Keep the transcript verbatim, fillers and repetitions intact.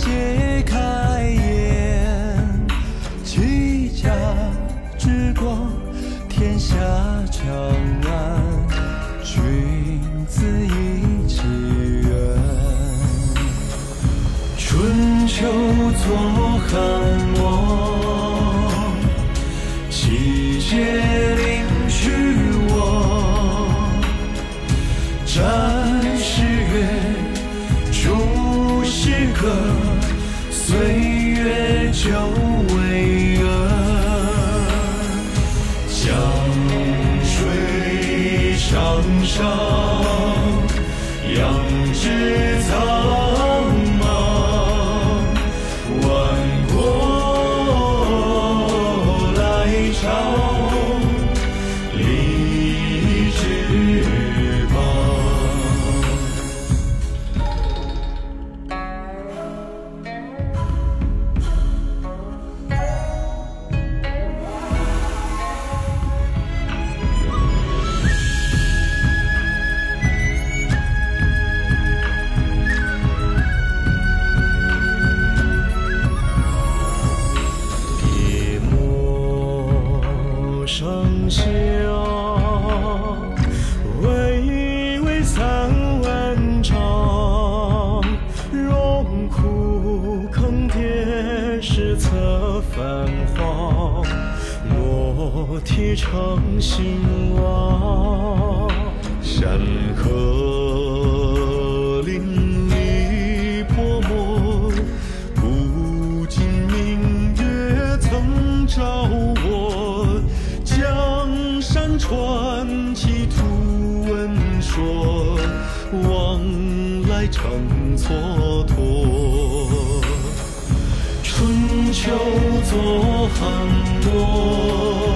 界开颜，齐家之光，天下长安，君子一起远。春秋作汉王，气节领虚我。战士乐，出诗歌，岁月久巍峨。江水长上，扬之苍茫，万国来朝，立志。上下巍巍三万丈，荣枯坑叠史册繁华，裸体长兴亡。山河林立泼墨，古今明月曾照我。江山传奇图文说，往来常蹉跎。春秋作汉国，